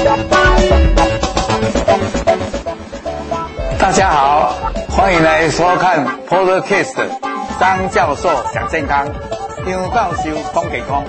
大家好，欢迎来收看 Podcast 张教授讲健康，张教授讲健康。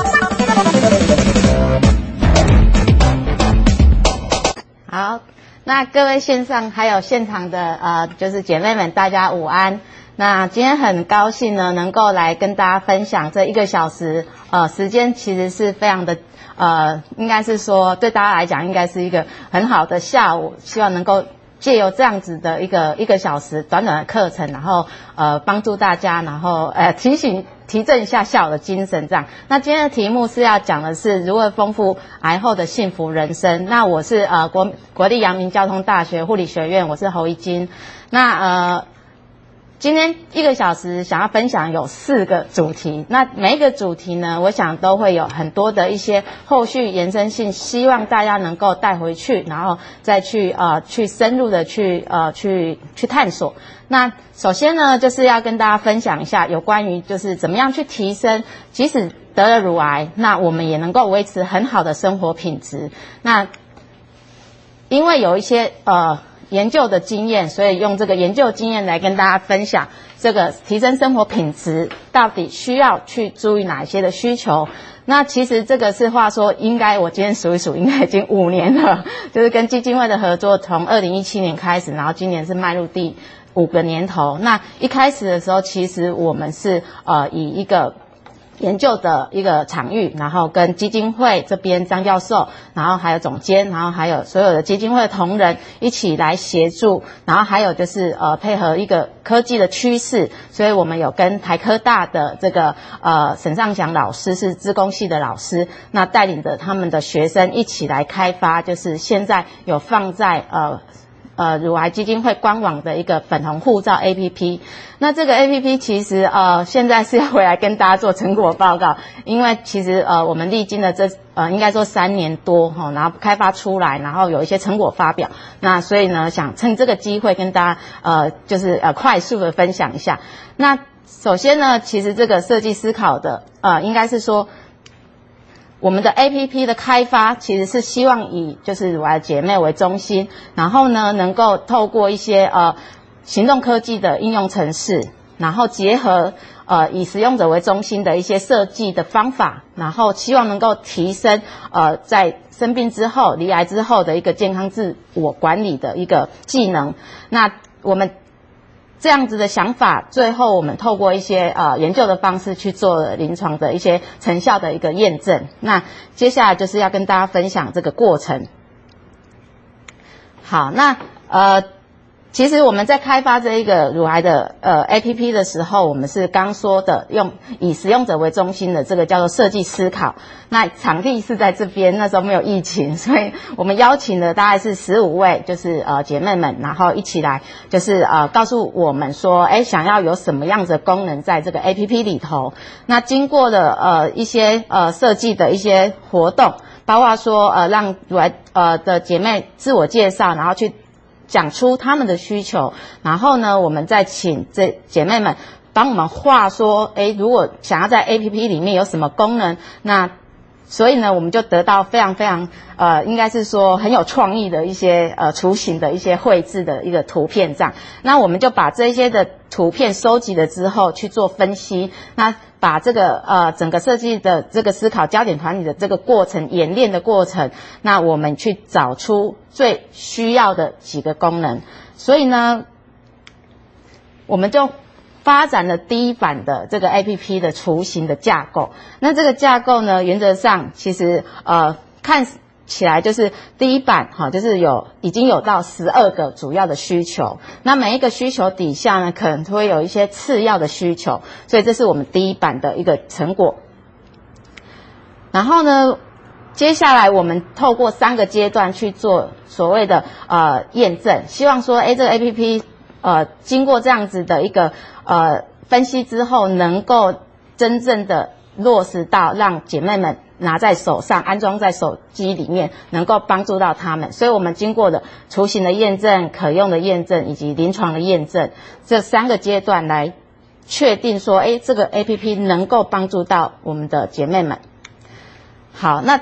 好，那各位线上还有现场的就是姐妹们，大家午安。那今天很高兴呢，能够来跟大家分享这1个小时，时间其实是非常的应该是说对大家来讲应该是一个很好的下午，希望能够借由这样子的一个小时短短的课程，然后帮助大家，然后提振一下下午的精神这样。那今天的题目是要讲的是如何丰富癌后的幸福人生。那我是国立阳明交通大学护理学院，我是侯怡金。那今天1个小时想要分享有4个主题，那每一个主题呢，我想都会有很多的一些后续延伸性，希望大家能够带回去，然后再去深入的去探索。那首先呢，就是要跟大家分享一下有关于就是怎么样去提升，即使得了乳癌，那我们也能够维持很好的生活品质。那因为有一些研究的经验，所以用这个研究经验来跟大家分享这个提升生活品质到底需要去注意哪一些的需求。那其实这个是话说，应该我今天数一数，应该已经5年了，就是跟基金会的合作，从2017年开始，然后今年是迈入第5个年头。那一开始的时候，其实我们是以一个研究的一个场域，然后跟基金会这边张教授，然后还有总监，然后还有所有的基金会的同仁一起来协助，然后还有就是配合一个科技的趋势，所以我们有跟台科大的这个沈尚祥老师是资工系的老师，那带领着他们的学生一起来开发，就是现在有放在乳癌基金会官网的一个粉红护照 APP。 那这个 APP 其实现在是要回来跟大家做成果报告，因为其实我们历经了应该说3年多然后开发出来，然后有一些成果发表，那所以呢想趁这个机会跟大家就是快速的分享一下。那首先呢，其实这个设计思考的应该是说我们的 APP 的开发其实是希望以就是乳癌姐妹为中心，然后呢能够透过一些行动科技的应用程式，然后结合以使用者为中心的一些设计的方法，然后希望能够提升在生病之后罹癌之后的一个健康自我管理的一个技能。那我们这样子的想法，最后我们透过一些研究的方式去做临床的一些成效的一个验证。那接下来就是要跟大家分享这个过程。好，那其实我们在开发这一个乳癌的APP 的时候，我们是刚说的以使用者为中心的这个叫做设计思考。那场地是在这边，那时候没有疫情，所以我们邀请的大概是15位，就是姐妹们，然后一起来就是告诉我们说，想要有什么样子的功能在这个 APP 里头。那经过的一些设计的一些活动，包括说让乳癌的姐妹自我介绍，然后去讲出他们的需求，然后呢我们再请这姐妹们帮我们画说如果想要在 APP 里面有什么功能，那所以呢我们就得到非常非常应该是说很有创意的一些雏形的一些绘制的一个图片这样。那我们就把这些的图片收集了之后去做分析，那把这个整个设计的这个思考焦点团体的这个过程演练的过程，那我们去找出最需要的几个功能。所以呢我们就发展了第一版的这个 APP 的雏形的架构。那这个架构呢原则上其实看起来就是第一版就是已经有到12个主要的需求，那每一个需求底下呢可能会有一些次要的需求，所以这是我们第一版的一个成果。然后呢接下来我们透过3个阶段去做所谓的验证，希望说这个 APP经过这样子的一个分析之后，能够真正的落实到让姐妹们拿在手上，安装在手机里面，能够帮助到他们。所以我们经过的雏形的验证、可用的验证以及临床的验证这3个阶段来确定说这个 APP 能够帮助到我们的姐妹们。好，那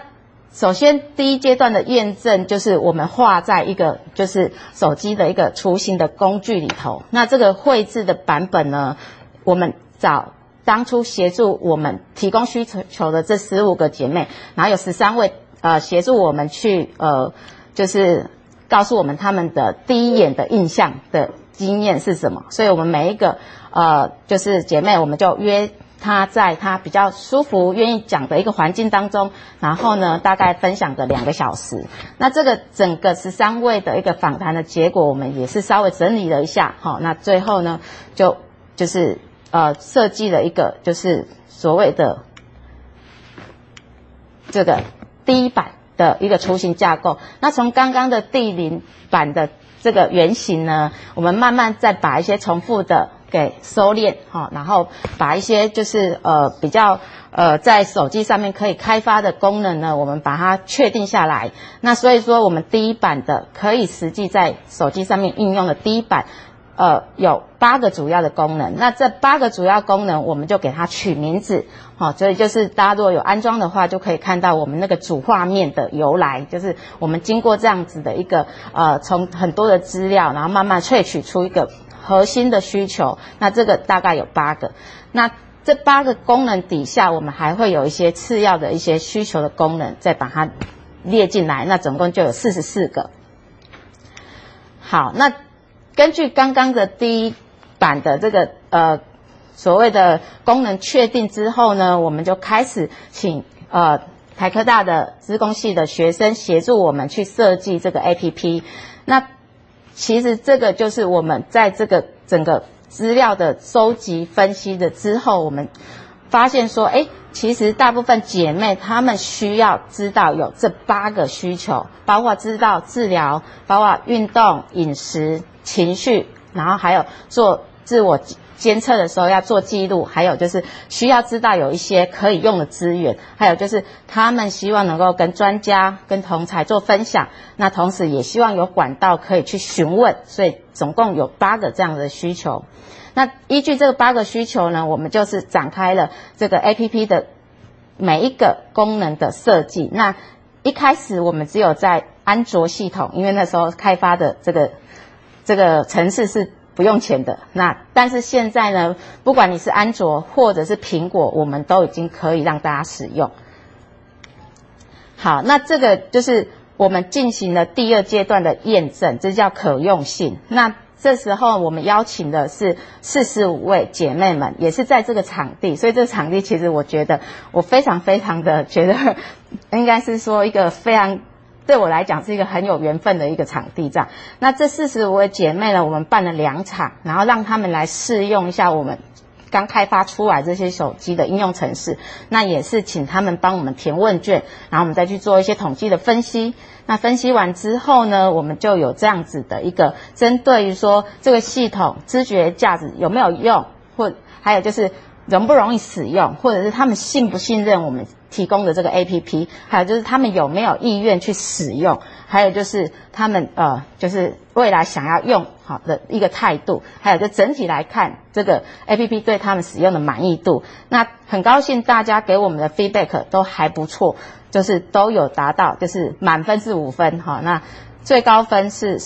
首先第一阶段的验证就是我们画在一个就是手机的一个雏形的工具里头。那这个绘制的版本呢，我们找当初协助我们提供需求的这15个姐妹，然后有13位协助我们去就是告诉我们他们的第一眼的印象的经验是什么。所以我们每一个就是姐妹，我们就约她在她比较舒服愿意讲的一个环境当中，然后呢大概分享个2个小时。那这个整个13位的一个访谈的结果，我们也是稍微整理了一下，那最后呢就是设计了一个就是所谓的这个第一版的一个雏形架构。那从刚刚的第0版的这个原型呢，我们慢慢再把一些重复的给收敛，然后把一些就是比较在手机上面可以开发的功能呢，我们把它确定下来。那所以说我们第一版的可以实际在手机上面应用的第一版有8个主要的功能。那这8个主要功能我们就给它取名字，所以就是大家如果有安装的话，就可以看到我们那个主画面的由来，就是我们经过这样子的一个从很多的资料，然后慢慢萃取出一个核心的需求。那这个大概有8个。那这8个功能底下，我们还会有一些次要的一些需求的功能，再把它列进来。那总共就有44个。好，那根据刚刚的第一版的这个所谓的功能确定之后呢，我们就开始请台科大的资工系的学生协助我们去设计这个 APP。那其实这个就是我们在这个整个资料的收集分析的之后，我们发现说，其实大部分姐妹她们需要知道有这8个需求，包括知道治疗，包括运动、饮食、情绪，然后还有做自我监测的时候要做记录，还有就是需要知道有一些可以用的资源，还有就是他们希望能够跟专家跟同侪做分享，那同时也希望有管道可以去询问。所以总共有8个这样的需求。那依据这个8个需求呢，我们就是展开了这个 APP 的每一个功能的设计。那一开始我们只有在安卓系统，因为那时候开发的这个程式是不用钱的。那但是现在呢，不管你是安卓或者是苹果，我们都已经可以让大家使用。好，那这个就是我们进行了第2阶段的验证，这叫可用性。那这时候我们邀请的是45位姐妹们，也是在这个场地。所以这个场地其实我觉得我非常非常的觉得应该是说一个非常对我来讲是一个很有缘分的一个场地这样。那这45位姐妹呢，我们办了2场，然后让她们来试用一下我们刚开发出来这些手机的应用程式。那也是请他们帮我们填问卷，然后我们再去做一些统计的分析。那分析完之后呢，我们就有这样子的一个针对于说这个系统知觉价值有没有用，或还有就是容不容易使用，或者是他们信不信任我们提供的这个 APP， 还有就是他们有没有意愿去使用，还有就是他们就是未来想要用好的一个态度，还有就整体来看这个 APP 对他们使用的满意度。那很高兴大家给我们的 feedback 都还不错，就是都有达到，就是满分是5分，那最高分是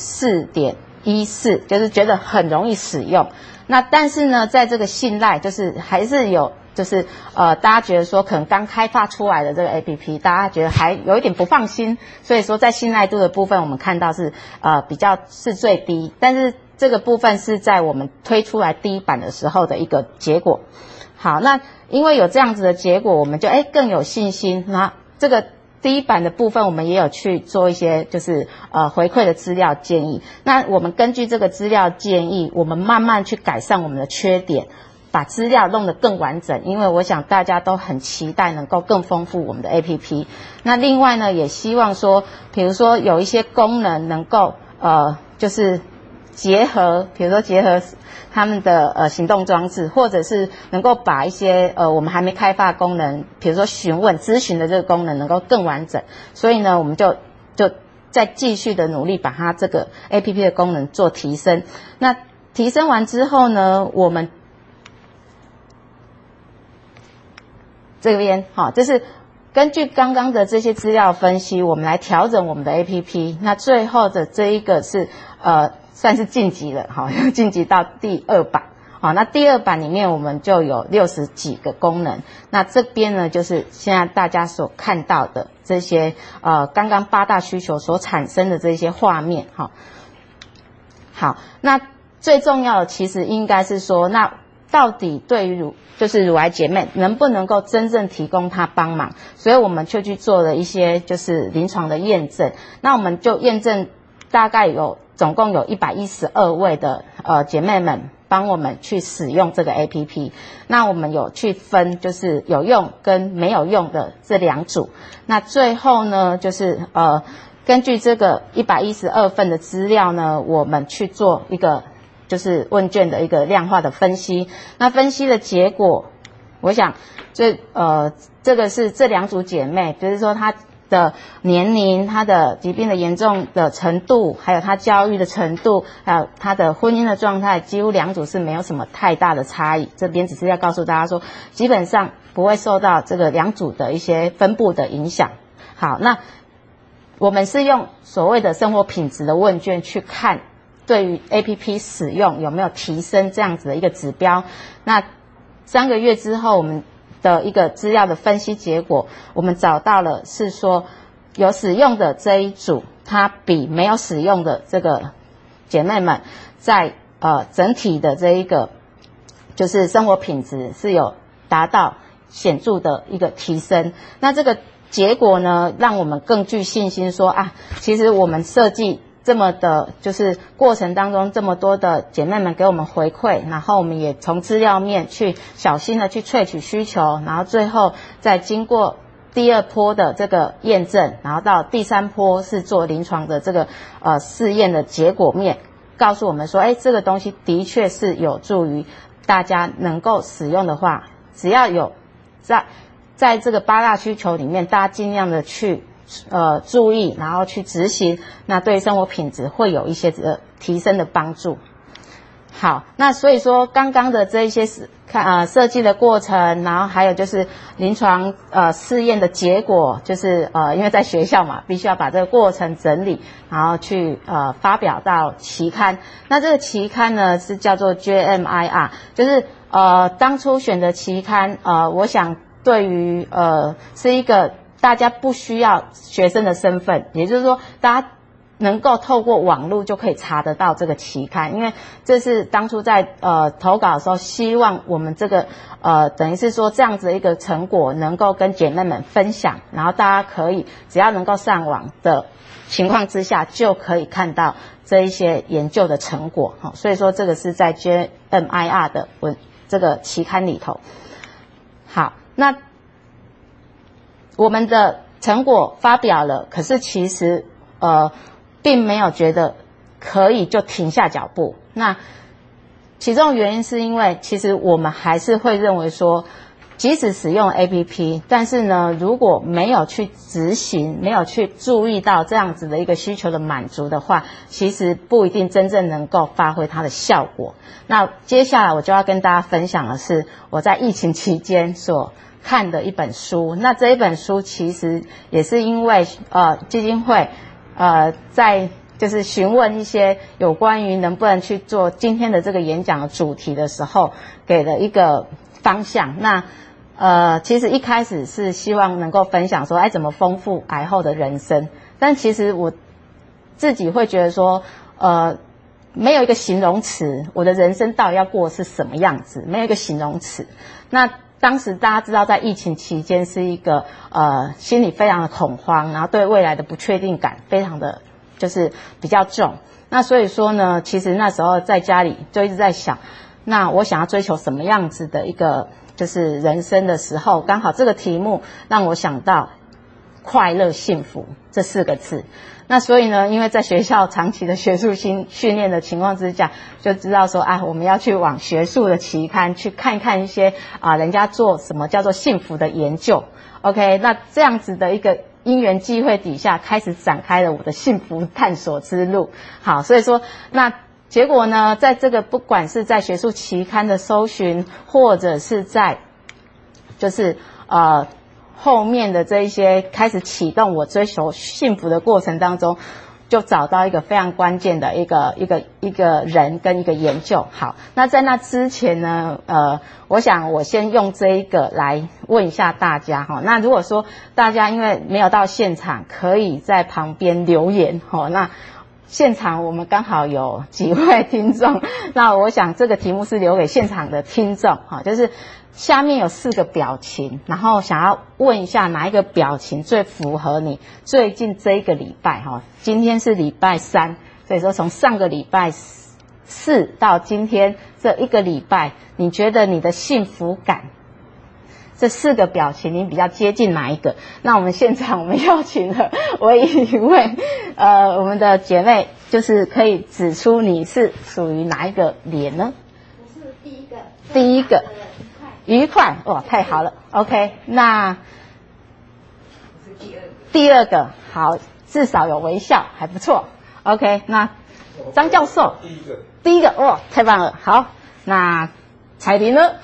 4.14， 就是觉得很容易使用。那但是呢，在这个信赖就是还是有就是大家觉得说可能刚开发出来的这个 APP， 大家觉得还有一点不放心，所以说在信赖度的部分我们看到是比较是最低，但是这个部分是在我们推出来第1版的时候的一个结果。好，那因为有这样子的结果，我们就更有信心。那这个第1版的部分我们也有去做一些就是回馈的资料建议。那我们根据这个资料建议，我们慢慢去改善我们的缺点，把资料弄得更完整，因为我想大家都很期待能够更丰富我们的 APP。那另外呢，也希望说比如说有一些功能能够就是结合，比如说结合他们的行动装置，或者是能够把一些我们还没开发的功能，比如说询问咨询的这个功能能够更完整。所以呢，我们就再继续的努力把它这个 APP 的功能做提升。那提升完之后呢，我们这边这是根据刚刚的这些资料分析，我们来调整我们的 APP。那最后的这一个是算是晋级了，好，晋级到第2版。好，那第2版里面我们就有60几个功能。那这边呢，就是现在大家所看到的这些刚刚8大需求所产生的这些画面。好，那最重要的其实应该是说，那到底对于就是乳癌姐妹能不能够真正提供她帮忙？所以我们就去做了一些就是临床的验证。那我们就验证大概总共有112位的姐妹们帮我们去使用这个 APP。那我们有去分就是有用跟没有用的这2组。那最后呢，就是根据这个112份的资料呢，我们去做一个就是问卷的一个量化的分析。那分析的结果，我想这个是这2组姐妹，就是说她的年龄、她的疾病的严重的程度，还有她教育的程度，还有她的婚姻的状态，几乎2组是没有什么太大的差异。这边只是要告诉大家说，基本上不会受到这个2组的一些分布的影响。好，那我们是用所谓的生活品质的问卷去看对于 APP 使用有没有提升这样子的一个指标。那3个月之后，我们的一个资料的分析结果，我们找到了是说有使用的这一组，它比没有使用的这个姐妹们在整体的这一个就是生活品质是有达到显著的一个提升。那这个结果呢，让我们更具信心说其实我们设计这么的就是过程当中这么多的姐妹们给我们回馈，然后我们也从资料面去小心的去萃取需求，然后最后再经过第2波的这个验证，然后到第3波是做临床的这个试验的结果面，告诉我们说这个东西的确是有助于大家能够使用的话，只要有在这个8大需求里面，大家尽量的去注意，然后去执行，那对生活品质会有一些提升的帮助。好，那所以说刚刚的这一些设计的过程，然后还有就是临床试验的结果，就是因为在学校嘛，必须要把这个过程整理，然后去发表到期刊。那这个期刊呢是叫做 JMIR， 就是当初选的期刊，我想对于是一个大家不需要学生的身份，也就是说大家能够透过网络就可以查得到这个期刊。因为这是当初在投稿的时候，希望我们这个等于是说这样子的一个成果能够跟姐妹们分享，然后大家可以只要能够上网的情况之下，就可以看到这一些研究的成果。所以说这个是在 JMIR 的这个期刊里头。好，那我们的成果发表了，可是其实并没有觉得可以就停下脚步。那其中的原因是因为其实我们还是会认为说，即使使用 APP， 但是呢如果没有去执行，没有去注意到这样子的一个需求的满足的话，其实不一定真正能够发挥它的效果。那接下来我就要跟大家分享的是我在疫情期间所看的一本书。那这一本书其实也是因为基金会在就是询问一些有关于能不能去做今天的这个演讲的主题的时候，给了一个方向。那其实一开始是希望能够分享说怎么丰富癌后的人生，但其实我自己会觉得说没有一个形容词，我的人生到底要过的是什么样子，没有一个形容词。那当时大家知道在疫情期间是一个心里非常的恐慌，然后对未来的不确定感非常的就是比较重。那所以说呢，其实那时候在家里就一直在想，那我想要追求什么样子的一个就是人生的时候，刚好这个题目让我想到快乐幸福这4个字。那所以呢，因为在学校长期的学术训练的情况之下，就知道说我们要去往学术的期刊去看看一些人家做什么叫做幸福的研究。 OK， 那这样子的一个因缘际会底下，开始展开了我的幸福探索之路。好，所以说那结果呢，在这个不管是在学术期刊的搜寻，或者是在就是后面的这一些开始启动我追求幸福的过程当中，就找到一个非常关键的一个人跟一个研究。好，那在那之前呢，我想我先用这一个来问一下大家哈。那如果说大家因为没有到现场，可以在旁边留言哈。那现场我们刚好有几位听众，那我想这个题目是留给现场的听众哈，就是下面有4个表情，然后想要问一下哪一个表情最符合你最近这一个礼拜哈？今天是礼拜3，所以说从上个礼拜4到今天这一个礼拜，你觉得你的幸福感这4个表情你比较接近哪一个？那我们现场我们邀请了唯一一位我们的姐妹，就是可以指出你是属于哪一个脸呢？ 我是第一个愉快哦，太好了 OK， 那第二个好，至少有微笑，还不错 OK。 那张教授第一个哦，太棒了。好，那彩玲呢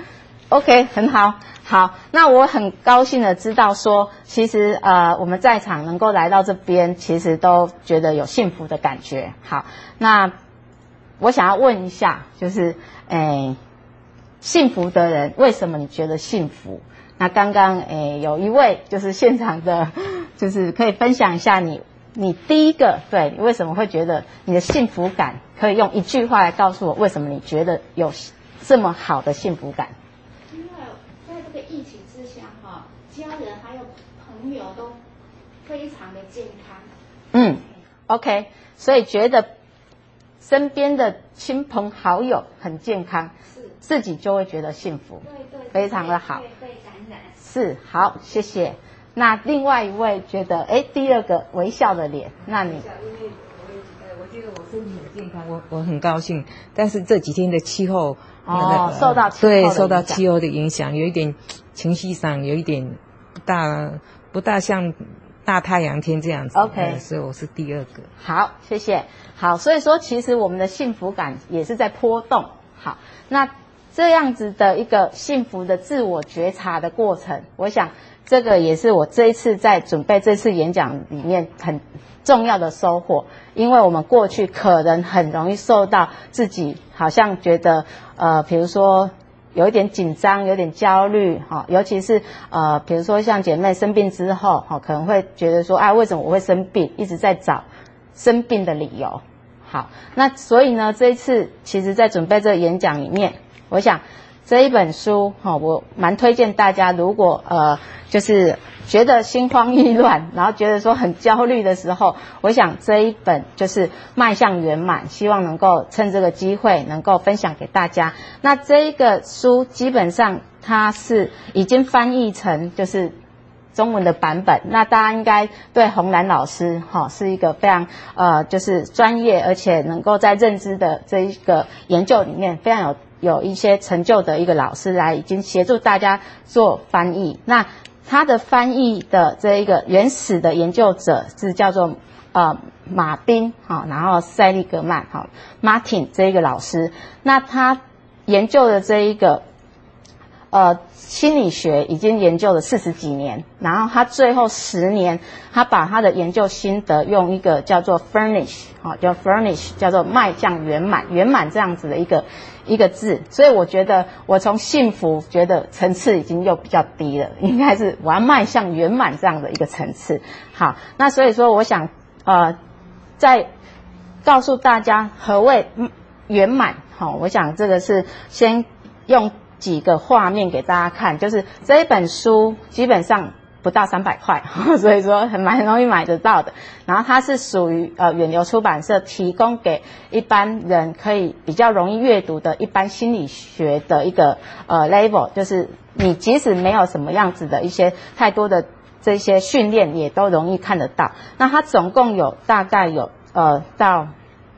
OK， 很好。好，那我很高兴的知道说，其实我们在场能够来到这边，其实都觉得有幸福的感觉。好，那我想要问一下，就是幸福的人为什么你觉得幸福？那刚刚有一位就是现场的，就是可以分享一下你第一个对你为什么会觉得你的幸福感，可以用一句话来告诉我为什么你觉得有这么好的幸福感？ 因为在这个疫情之下哈，家人还有朋友都非常的健康。 OK， 所以觉得身边的亲朋好友很健康，自己就会觉得幸福。 对， 非常的好。 被感染。 是，好，谢谢。那另外一位觉得，第二个微笑的脸，那你？ 因为我觉得我身体很健康，我很高兴。但是这几天的气候， 受到气候的影响， 对，受到气候的影响，有一点情绪上有一点不大像大太阳天这样子。 OK， 所以我是第二个。 好，谢谢。好，所以说其实我们的幸福感也是在波动。好，那这样子的一个幸福的自我觉察的过程，我想这个也是我这一次在准备这次演讲里面很重要的收获。因为我们过去可能很容易受到自己好像觉得比如说有一点紧张，有点焦虑尤其是比如说像姐妹生病之后可能会觉得说为什么我会生病，一直在找生病的理由。好，那所以呢这一次其实在准备这个演讲里面，我想这一本书我蛮推荐大家，如果就是觉得心慌意乱，然后觉得说很焦虑的时候，我想这一本就是迈向圆满，希望能够趁这个机会能够分享给大家。那这一个书基本上它是已经翻译成就是中文的版本，那大家应该对洪兰老师是一个非常就是专业，而且能够在认知的这一个研究里面非常有一些成就的一个老师来已经协助大家做翻译。那他的翻译的这一个原始的研究者是叫做马宾然后塞利格曼Martin 这一个老师，那他研究的这一个心理学已经研究了40几年，然后他最后10年，他把他的研究心得用一个叫做 furnish 叫做迈向圆满这样子的一个字。所以我觉得我从幸福觉得层次已经又比较低了，应该是我要迈向圆满这样的一个层次。好，那所以说我想再告诉大家何谓圆满。我想这个是先用几个画面给大家看，就是这一本书基本上不到300块，所以说蛮容易买得到的。然后它是属于远流出版社提供给一般人可以比较容易阅读的一般心理学的一个level， 就是你即使没有什么样子的一些太多的这些训练，也都容易看得到。那它总共有大概有到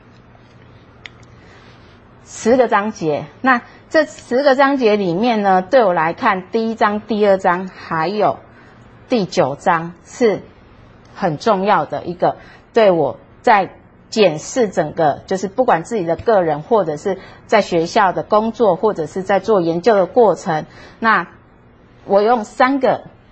10个章节。那这10个章节里面呢，对我来看，第1章、第2章还有第9章是很重要的一个，对我在检视整个，就是不管自己的个人，或者是在学校的工作，或者是在做研究的过程，那我用3个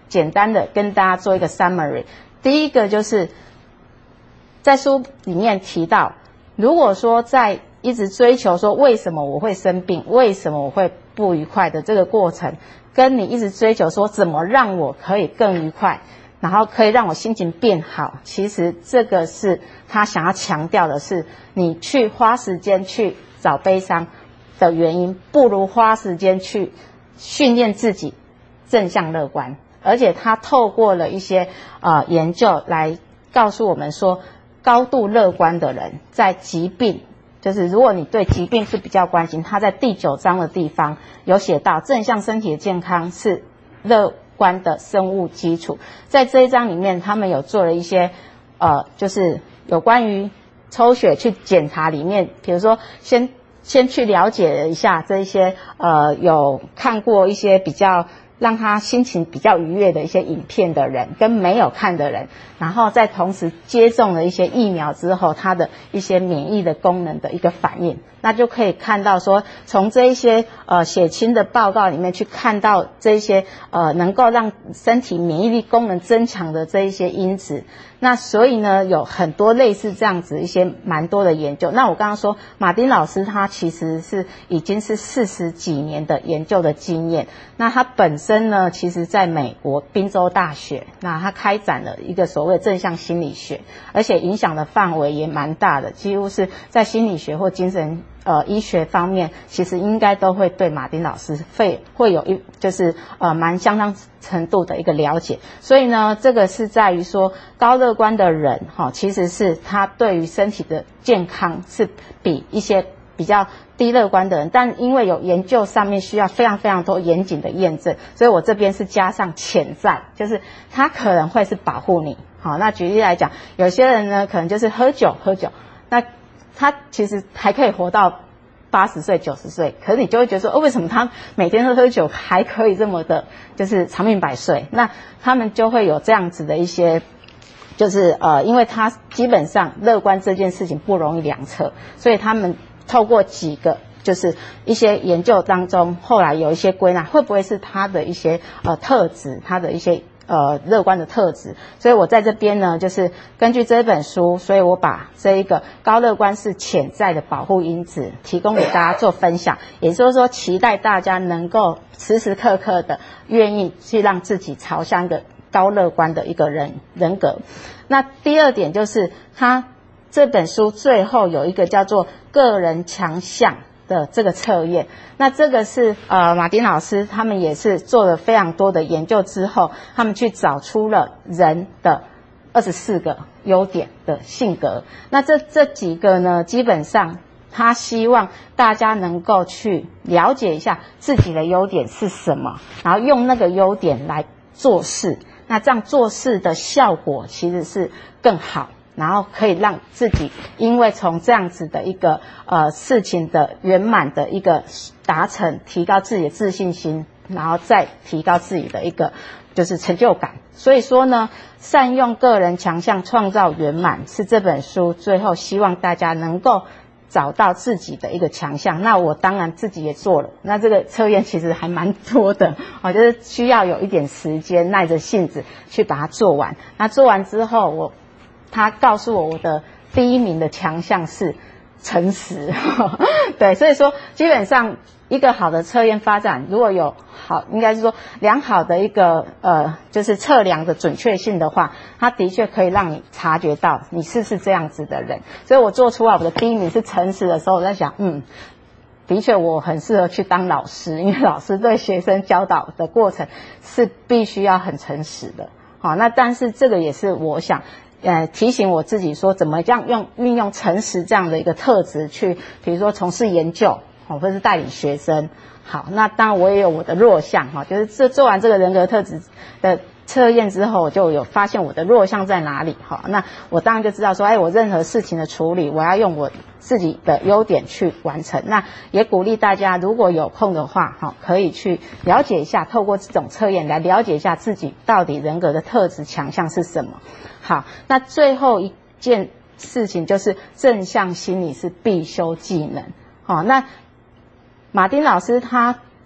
简单的跟大家做一个 summary。第一个就是在书里面提到，如果说在一直追求说为什么我会生病，为什么我会不愉快的这个过程，跟你一直追求说怎么让我可以更愉快，然后可以让我心情变好，其实这个是他想要强调的是，你去花时间去找悲伤的原因，不如花时间去训练自己正向乐观。而且他透过了一些研究来告诉我们说，高度乐观的人在疾病，就是如果你对疾病是比较关心，他在第9章的地方有写到，正向身体的健康是乐观的生物基础。在这一章里面，他们有做了一些就是有关于抽血去检查里面，比如说先去了解一下这一些有看过一些比较让他心情比较愉悦的一些影片的人跟没有看的人，然后在同时接种了一些疫苗之后，他的一些免疫的功能的一个反应，那就可以看到说，从这一些血清的报告里面去看到这一些能够让身体免疫力功能增强的这一些因子。那所以呢，有很多类似这样子一些蛮多的研究。那我刚刚说马丁老师他其实是已经是40几年的研究的经验。那他本身呢，其实在美国宾州大学，那他开展了一个所谓正向心理学，而且影响的范围也蛮大的，几乎是在心理学或精神医学方面，其实应该都会对马丁老师会有就是蛮相当程度的一个了解。所以呢，这个是在于说高乐观的人其实是他对于身体的健康是比一些比较低乐观的人，但因为有研究上面需要非常非常多严谨的验证，所以我这边是加上潜在，就是他可能会是保护你。好，那举例来讲，有些人呢可能就是喝酒，那他其实还可以活到80岁、90岁，可是你就会觉得说，为什么他每天都喝酒还可以这么的，就是长命百岁？那他们就会有这样子的一些，就是因为他基本上乐观这件事情不容易量测，所以他们透过几个就是一些研究当中，后来有一些归纳，会不会是他的一些特质，他的一些乐观的特质。所以我在这边呢，就是根据这本书，所以我把这一个高乐观是潜在的保护因子提供给大家做分享，也就是说期待大家能够时时刻刻的愿意去让自己朝向一个高乐观的一个人格。那第二点就是他这本书最后有一个叫做个人强项的这个测验，那这个是马丁老师他们也是做了非常多的研究之后，他们去找出了人的24个优点的性格。那这几个呢，基本上他希望大家能够去了解一下自己的优点是什么，然后用那个优点来做事，那这样做事的效果其实是更好，然后可以让自己因为从这样子的一个事情的圆满的一个达成，提高自己的自信心，然后再提高自己的一个就是成就感。所以说呢，善用个人强项创造圆满是这本书最后希望大家能够找到自己的一个强项。那我当然自己也做了，那这个测验其实还蛮多的就是需要有一点时间耐着性子去把它做完。那做完之后他告诉我的第一名的强项是诚实对，所以说基本上一个好的测验发展，如果有应该是说良好的一个就是测量的准确性的话，它的确可以让你察觉到你是不是这样子的人。所以我做出来我的第一名是诚实的时候，我在想的确我很适合去当老师，因为老师对学生教导的过程是必须要很诚实的。好，那但是这个也是我想提醒我自己说，怎么样运用诚实这样的一个特质去，比如说从事研究或者是带领学生。好，那当然我也有我的弱项就是做完这个人格特质的测验之后，我就有发现我的弱项在哪里。好，那我当然就知道说，我任何事情的处理，我要用我自己的优点去完成。那也鼓励大家，如果有空的话，可以去了解一下，透过这种测验来了解一下自己到底人格的特质强项是什么。好，那最后一件事情就是正向心理是必修技能。那马丁老师他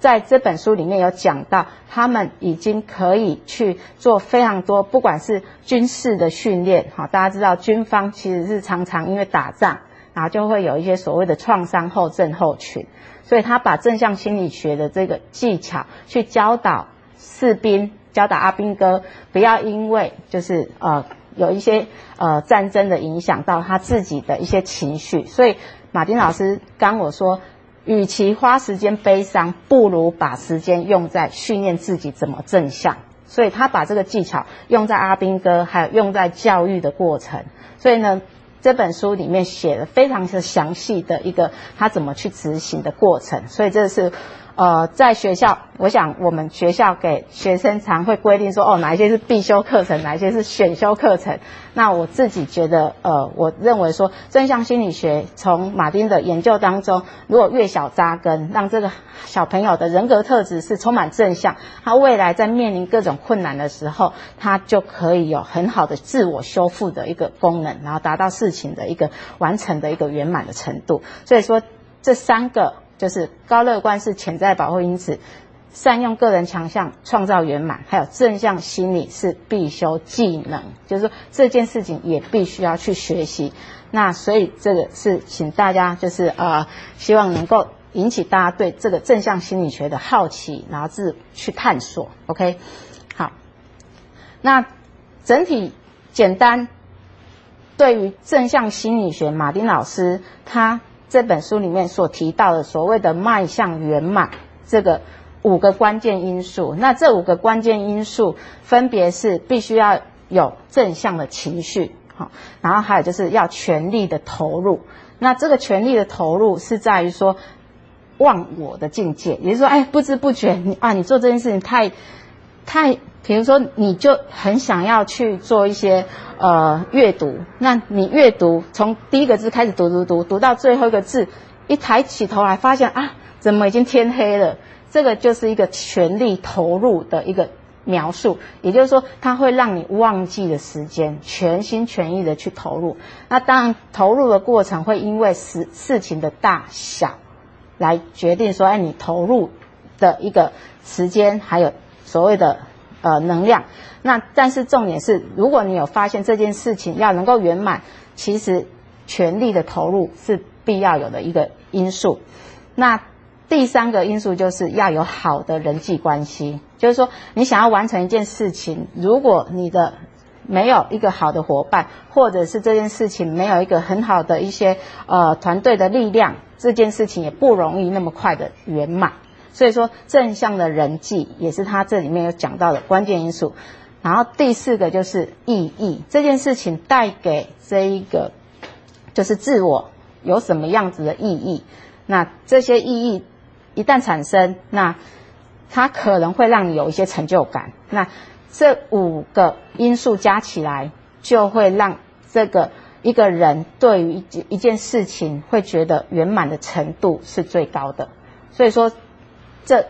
在这本书里面有讲到，他们已经可以去做非常多，不管是军事的训练，好，大家知道军方其实是常常因为打仗，然后就会有一些所谓的创伤后症候群，所以他把正向心理学的这个技巧去教导士兵，教导阿兵哥，不要因为就是有一些战争的影响到他自己的一些情绪，所以马丁老师刚我说，与其花时间悲伤，不如把时间用在训练自己怎么正向。所以他把这个技巧用在阿兵哥，还有用在教育的过程。所以呢，这本书里面写了非常的详细的一个他怎么去执行的过程。所以这是在学校，我想我们学校给学生常会规定说，哪一些是必修课程，哪一些是选修课程。那我自己觉得，我认为说正向心理学从马丁的研究当中，如果越小扎根，让这个小朋友的人格特质是充满正向，他未来在面临各种困难的时候，他就可以有很好的自我修复的一个功能，然后达到事情的一个完成的一个圆满的程度。所以说这三个就是高乐观是潜在保护因子，善用个人强项创造圆满，还有正向心理是必修技能，就是说这件事情也必须要去学习。那所以这个是请大家就是希望能够引起大家对这个正向心理学的好奇，然后去探索。 OK， 好，那整体简单对于正向心理学，马丁老师他这本书里面所提到的所谓的迈向圆满这个5个关键因素，那这5个关键因素分别是必须要有正向的情绪，然后还有就是要全力的投入。那这个全力的投入是在于说忘我的境界，也就是说不知不觉你做这件事情太比如说你就很想要去做一些阅读，那你阅读从第一个字开始读到最后一个字，一抬起头来发现怎么已经天黑了，这个就是一个全力投入的一个描述，也就是说它会让你忘记的时间，全心全意的去投入。那当然投入的过程会因为事情的大小来决定说你投入的一个时间还有所谓的能量。那但是重点是，如果你有发现这件事情要能够圆满，其实全力的投入是必要有的一个因素。那第3个因素就是要有好的人际关系，就是说你想要完成一件事情，如果你的没有一个好的伙伴，或者是这件事情没有一个很好的一些团队的力量，这件事情也不容易那么快的圆满。所以说正向的人际也是他这里面有讲到的关键因素。然后第4个就是意义，这件事情带给这一个就是自我有什么样子的意义，那这些意义一旦产生，那它可能会让你有一些成就感。那这5个因素加起来，就会让这个一个人对于一件事情会觉得圆满的程度是最高的。所以说这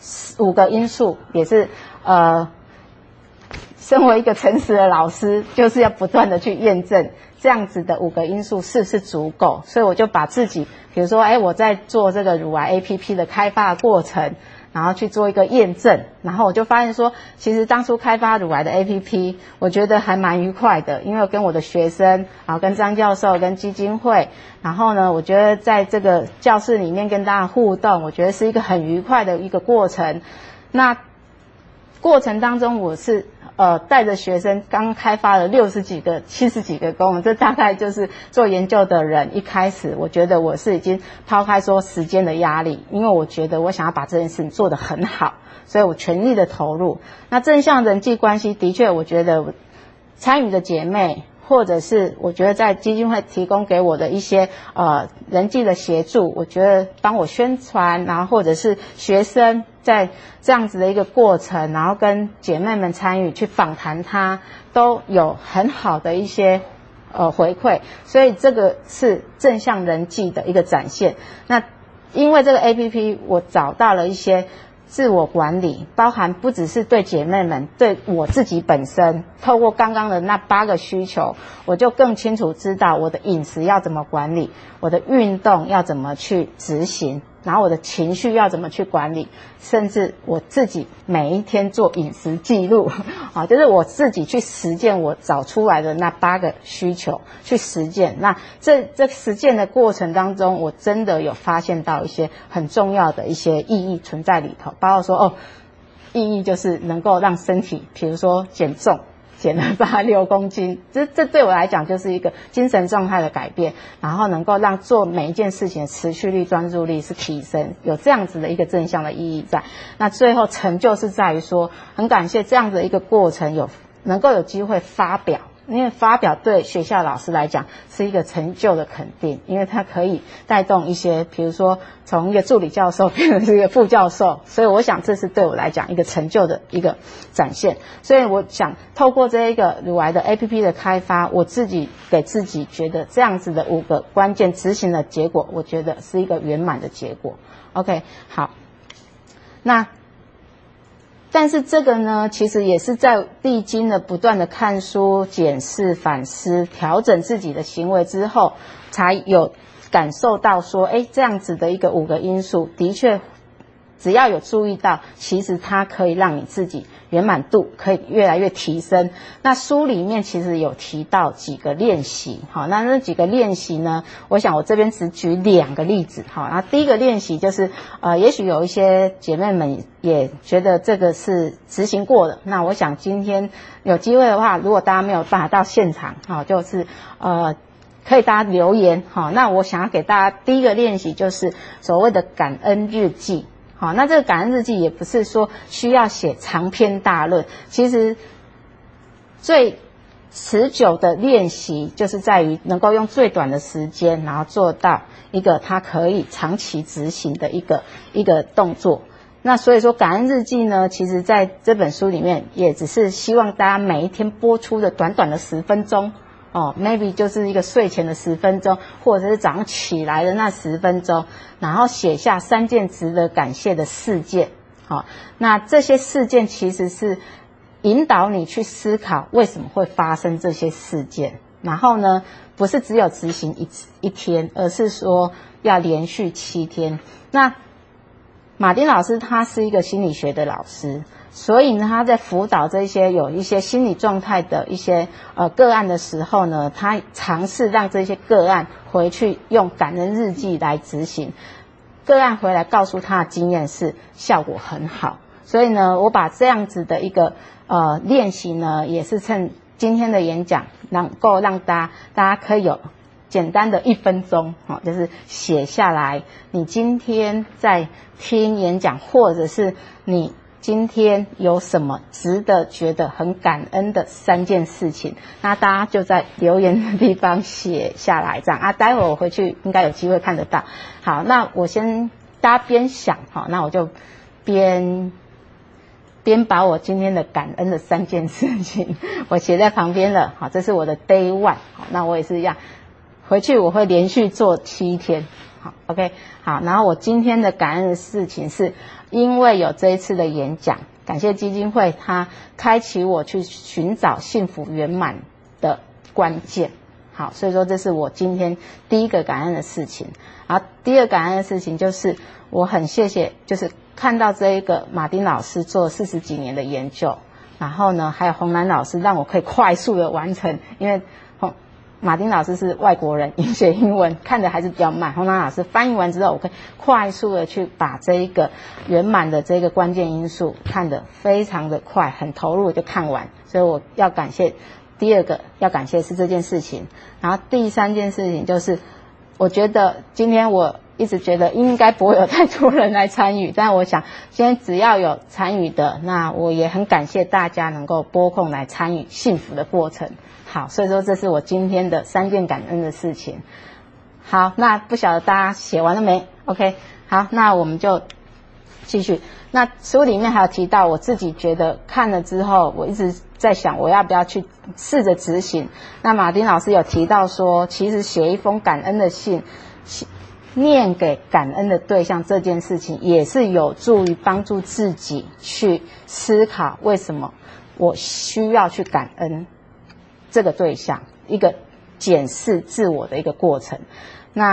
5个因素也是身为一个诚实的老师，就是要不断的去验证这样子的5个因素是不是足够。所以我就把自己比如说我在做这个乳癌 APP 的开发的过程，然后去做一个验证，然后我就发现说，其实当初开发乳癌的 APP 我觉得还蛮愉快的，因为跟我的学生，然后跟张教授跟基金会，然后呢我觉得在这个教室里面跟大家互动，我觉得是一个很愉快的一个过程。那过程当中我是带着学生刚开发了60几个70几个功能，这大概就是做研究的人一开始我觉得我是已经抛开说时间的压力，因为我觉得我想要把这件事情做得很好，所以我全力的投入。那正向人际关系的确我觉得参与的姐妹，或者是我觉得在基金会提供给我的一些人际的协助，我觉得帮我宣传，然后或者是学生在这样子的一个过程，然后跟姐妹们参与去访谈她，都有很好的一些回馈，所以这个是正向人际的一个展现。那因为这个 APP 我找到了一些自我管理，包含不只是对姐妹们，对我自己本身，透过刚刚的那8个需求，我就更清楚知道我的饮食要怎么管理，我的运动要怎么去执行， 然后我的情绪要怎么去管理，甚至我自己每一天做饮食记录，就是我自己去实践我找出来的那8个需求去实践。那这实践的过程当中，我真的有发现到一些很重要的一些意义存在里头，包括说意义就是能够让身体，比如说减重。减了6公斤，这对我来讲就是一个精神状态的改变，然后能够让做每一件事情的持续力、专注力是提升，有这样子的一个正向的意义在。那最后成就是在于说，很感谢这样的一个过程能够有机会发表。因为发表对学校老师来讲是一个成就的肯定，因为它可以带动一些，比如说从一个助理教授变成是一个副教授，所以我想这是对我来讲一个成就的一个展现。所以我想透过这一个乳癌的 APP 的开发，我自己给自己觉得这样子的5个关键执行的结果，我觉得是一个圆满的结果。OK， 好，但是这个呢，其实也是在历经了不断的看书、检视、反思、调整自己的行为之后，才有感受到说，这样子的一个5个因素，的确，只要有注意到，其实它可以让你自己圆满度可以越来越提升。那书里面其实有提到几个练习，好，那几个练习呢，我想我这边只举2个例子，好，那第一个练习就是，也许有一些姐妹们也觉得这个是执行过的，那我想今天有机会的话，如果大家没有办法到现场，好，就是可以大家留言，好，那我想要给大家第一个练习就是所谓的感恩日记。好，那这个感恩日记也不是说需要写长篇大论，其实最持久的练习就是在于能够用最短的时间，然后做到一个它可以长期执行的一个动作。那所以说感恩日记呢，其实在这本书里面也只是希望大家每一天播出的短短的10分钟。maybe 就是一个睡前的10分钟，或者是早上起来的那10分钟，然后写下3件值得感谢的事件。那这些事件其实是引导你去思考为什么会发生这些事件，然后呢，不是只有执行一天，而是说要连续7天。那马丁老师他是一个心理学的老师，所以呢，他在辅导这些有一些心理状态的一些个案的时候呢，他尝试让这些个案回去用感恩日记来执行。个案回来告诉他的经验是效果很好，所以呢，我把这样子的一个练习呢，也是趁今天的演讲能够让大家可以有简单的1分钟，就是写下来你今天在听演讲，或者是你今天有什么值得觉得很感恩的3件事情，那大家就在留言的地方写下来，这样待会我回去应该有机会看得到。好，那我先大家边想，那我就边把我今天的感恩的3件事情我写在旁边了。好，这是我的 day 1。好，那我也是一样，回去我会连续做7天。好 ，OK， 好，然后我今天的感恩的事情是因为有这一次的演讲，感谢基金会，它开启我去寻找幸福圆满的关键。好，所以说这是我今天第一个感恩的事情。然后第2个感恩的事情就是我很谢谢，就是看到这一个马丁老师做40几年的研究，然后呢还有洪兰老师让我可以快速的完成，因为马丁老师是外国人，写英文看的还是比较慢。洪兰老师翻译完之后，我可以快速的去把这一个圆满的这个关键因素看得非常的快，很投入就看完。所以我要感谢第2个要感谢是这件事情。然后第3件事情就是，我觉得今天我一直觉得应该不会有太多人来参与，但我想今天只要有参与的，那我也很感谢大家能够拨空来参与幸福的过程。好，所以说这是我今天的3件感恩的事情。好，那不晓得大家写完了没 ？OK， 好，那我们就继续。那书里面还有提到，我自己觉得看了之后，我一直在想我要不要去试着执行。那马丁老师有提到说，其实写一封感恩的信，念给感恩的对象这件事情，也是有助于帮助自己去思考为什么我需要去感恩这个对象，一个检视自我的一个过程。那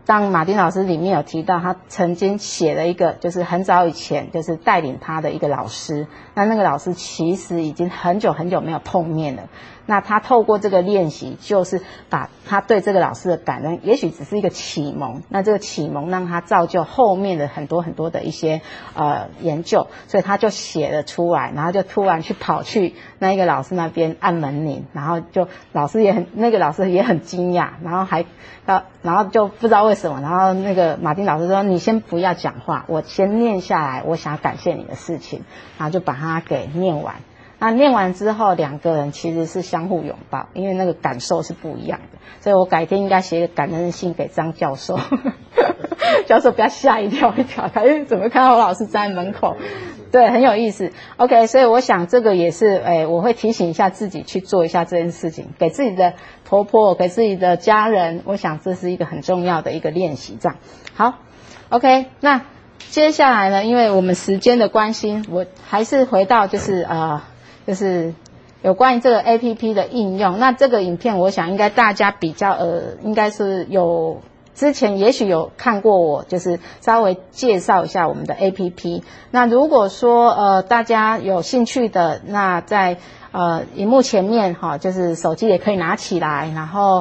当马丁老师里面有提到，他曾经写了一个，就是很早以前就是带领他的一个老师，那个老师其实已经很久很久没有碰面了。那他透过这个练习，就是把他对这个老师的感恩，也许只是一个启蒙，那这个启蒙让他造就后面的很多很多的一些研究，所以他就写了出来，然后就突然去跑去那一个老师那边按门铃，然后就那个老师也很惊讶，然后就不知道为什么，然后那个马丁老师说：“你先不要讲话，我先念下来，我想要感谢你的事情。”然后就把它给念完。那念完之后，两个人其实是相互拥抱，因为那个感受是不一样的。所以我改天应该写个感恩信给张教授，教授不要吓一跳，怎么看到我老师站在门口？对，很有意思。OK， 所以我想这个也是，我会提醒一下自己去做一下这件事情，给自己的婆婆，给自己的家人，我想这是一个很重要的一个练习。这样好 ，OK， 那接下来呢，因为我们时间的关系，我还是回到就是有关于这个 APP 的应用。那这个影片我想应该大家比较应该是有之前也许有看过我就是稍微介绍一下我们的 APP。那如果说大家有兴趣的，那在荧幕前面就是手机也可以拿起来，然后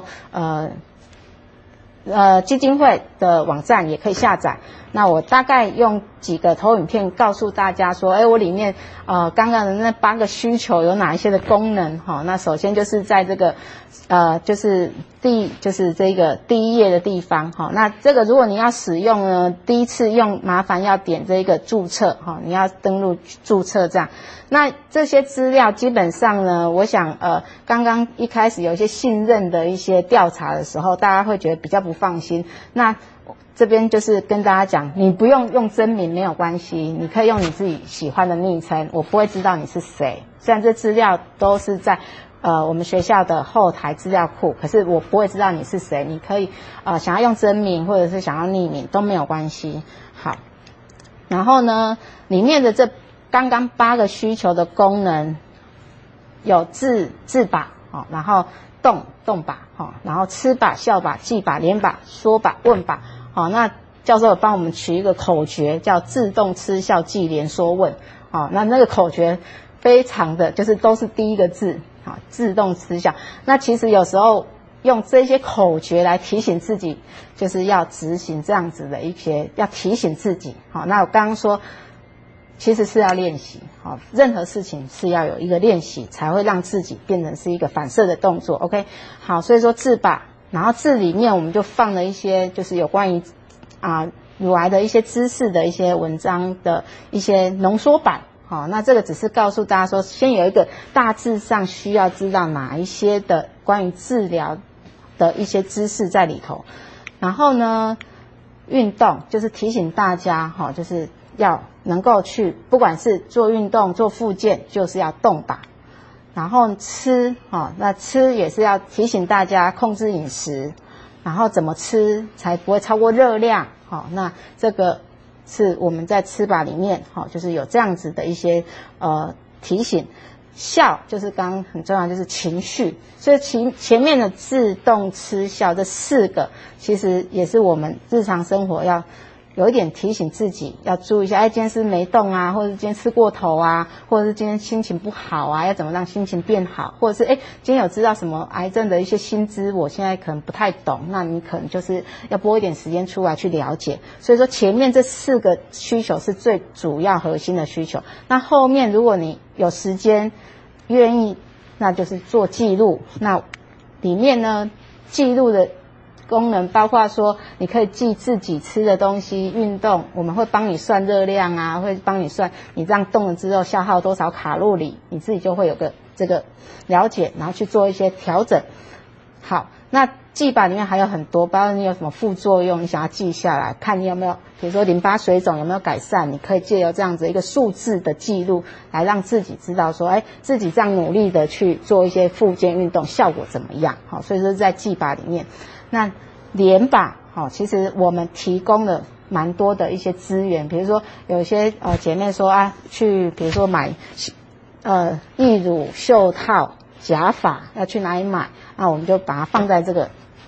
基金会的网站也可以下载。那我大概用几个投影片告诉大家说，我里面刚刚的那8个需求有哪一些的功能那首先就是在这个就是这个第一页的地方那这个如果你要使用呢，第一次用麻烦要点这个注册你要登录注册这样。那这些资料基本上呢，我想刚刚一开始有一些信任的一些调查的时候，大家会觉得比较不放心。那这边就是跟大家讲，你不用用真名没有关系，你可以用你自己喜欢的昵称，我不会知道你是谁。虽然这资料都是在我们学校的后台资料库，可是我不会知道你是谁。你可以想要用真名或者是想要匿名都没有关系。好，然后呢，里面的这刚刚8个需求的功能有字把然后动把然后吃把、笑把、记把、连把、说把、问把。那教授有帮我们取一个口诀，叫自动吃笑记连说问。那个口诀非常的就是都是第一个字，自动吃笑。那其实有时候用这些口诀来提醒自己，就是要执行这样子的一些，要提醒自己。那我刚刚说，其实是要练习，任何事情是要有一个练习，才会让自己变成是一个反射的动作。OK， 好，所以说字把。然后字里面我们就放了一些就是有关于乳癌的一些知识的一些文章的一些浓缩版。那这个只是告诉大家说，先有一个大致上需要知道哪一些的关于治疗的一些知识在里头。然后呢，运动就是提醒大家就是要能够去，不管是做运动做复健，就是要动把。然后吃那吃也是要提醒大家控制饮食，然后怎么吃才不会超过热量。那这个是我们在吃把里面就是有这样子的一些提醒。笑就是刚刚很重要，就是情绪，所以前面的自动吃笑这4个其实也是我们日常生活要有一点提醒自己要注意一下，今天是没动啊，或者今天吃过头啊，或者是今天心情不好啊，要怎么让心情变好，或者是今天有知道什么癌症的一些新知，我现在可能不太懂，那你可能就是要拨一点时间出来去了解。所以说前面这4个需求是最主要核心的需求。那后面如果你有时间愿意，那就是做记录。那里面呢，记录的功能包括说你可以记自己吃的东西，运动我们会帮你算热量啊，会帮你算你这样动了之后消耗多少卡路里，你自己就会有个这个了解，然后去做一些调整。好，那记把里面还有很多，包括你有什么副作用你想要记下来，看你有没有比如说淋巴水肿有没有改善，你可以借由这样子一个数字的记录来让自己知道说自己这样努力的去做一些复健运动效果怎么样。好，所以说在记把里面。那连把其实我们提供了蛮多的一些资源，比如说有一些姐妹说去比如说买义乳、袖套、假发要去哪里买，那我们就把它放在这个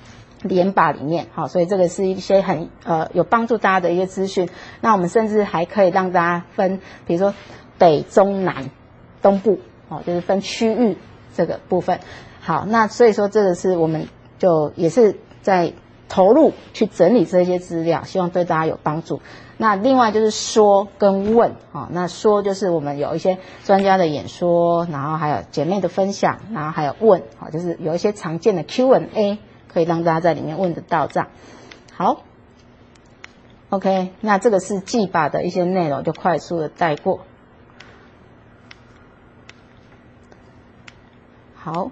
联靶里面，好，所以这个是一些很有帮助大家的一些资讯。那我们甚至还可以让大家分，比如说北、中、南、东部，哦，就是分区域这个部分。好，那所以说这个是我们就也是在投入去整理这些资料，希望对大家有帮助。那另外就是说跟问，那说就是我们有一些专家的演说，然后还有姐妹的分享，然后还有问，就是有一些常见的 Q&A。可以让大家在里面问得到这样。好 ，OK， 那这个是技法的一些内容，就快速的带过。好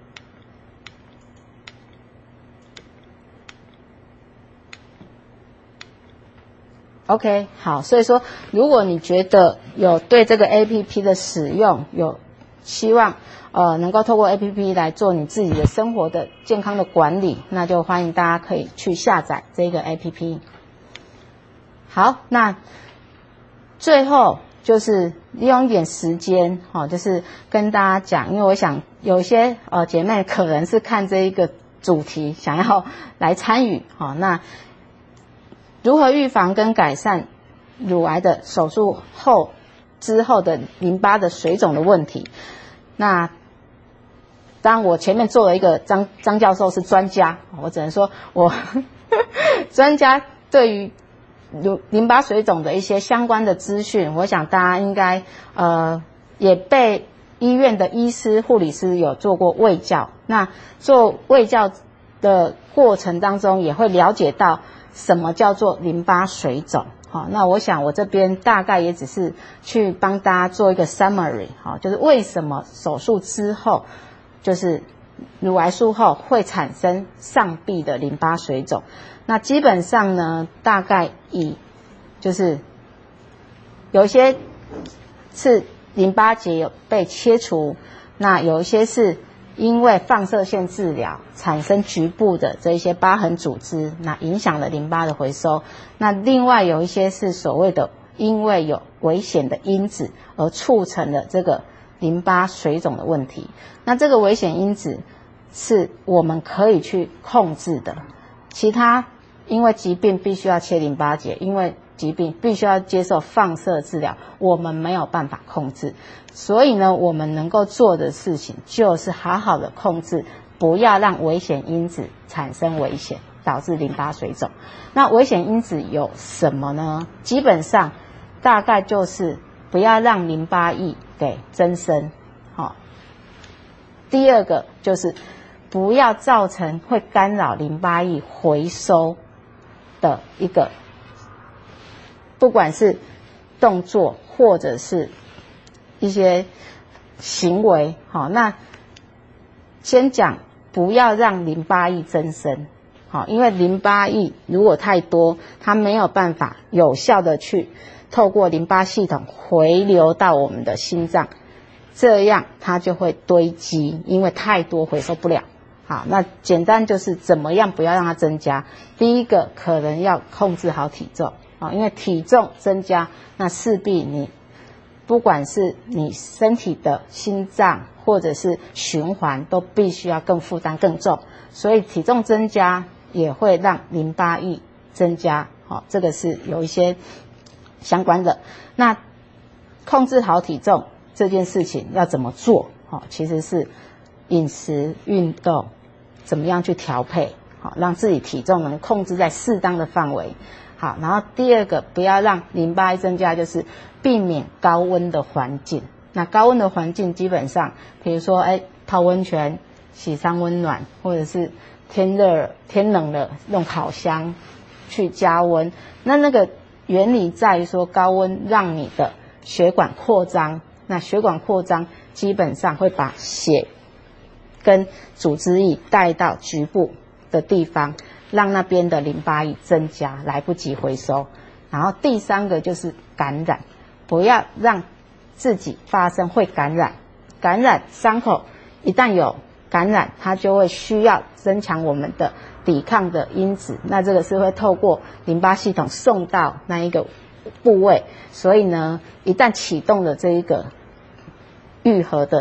，OK， 好，所以说，如果你觉得有对这个 APP 的使用有希望。能够透过 APP 来做你自己的生活的健康的管理，那就欢迎大家可以去下载这个 APP。好，那最后就是利用一点时间，就是跟大家讲，因为我想有一些姐妹可能是看这一个主题想要来参与，那如何预防跟改善乳癌的手术后之后的淋巴的水肿的问题，那当然我前面做了一个张教授是专家，我只能说我专家对于淋巴水肿的一些相关的资讯，我想大家应该也被医院的医师护理师有做过卫教，那做卫教的过程当中也会了解到什么叫做淋巴水肿。好，那我想我这边大概也只是去帮大家做一个 summary， 就是为什么手术之后就是乳癌术后会产生上臂的淋巴水肿。那基本上呢，大概就是有一些是淋巴结有被切除，那有一些是因为放射线治疗产生局部的这一些疤痕组织，那影响了淋巴的回收。那另外有一些是所谓的因为有危险的因子而促成了这个淋巴水肿的问题。那这个危险因子是我们可以去控制的，其他因为疾病必须要切淋巴结，因为疾病必须要接受放射治疗，我们没有办法控制。所以呢，我们能够做的事情就是好好的控制，不要让危险因子产生危险，导致淋巴水肿。那危险因子有什么呢？基本上大概就是不要让淋巴液给增生，第二个就是不要造成会干扰淋巴液回收的一个，不管是动作或者是一些行为。好，那先讲不要让淋巴液增生，好，因为淋巴液如果太多，它没有办法有效的去透过淋巴系统回流到我们的心脏，这样它就会堆积，因为太多回收不了。好，那简单就是怎么样不要让它增加。第一个可能要控制好体重，因为体重增加，那势必你不管是你身体的心脏或者是循环都必须要更负担更重，所以体重增加也会让淋巴液增加，这个是有一些相关的。那控制好体重这件事情要怎么做？其实是饮食、运动，怎么样去调配，让自己体重能控制在适当的范围。好，然后第二个不要让淋巴液增加，就是避免高温的环境。那高温的环境基本上，比如说泡温泉、洗桑温暖，或者是天热天冷了用烤箱去加温。那个原理在于说，高温让你的血管扩张，那血管扩张基本上会把血跟组织液带到局部的地方，让那边的淋巴液增加，来不及回收。然后第三个就是感染，不要让自己发生会感染伤口，一旦有感染，它就会需要增强我们的抵抗的因子，那这个是会透过淋巴系统送到那一个部位，所以呢，一旦启动了这一个愈合的，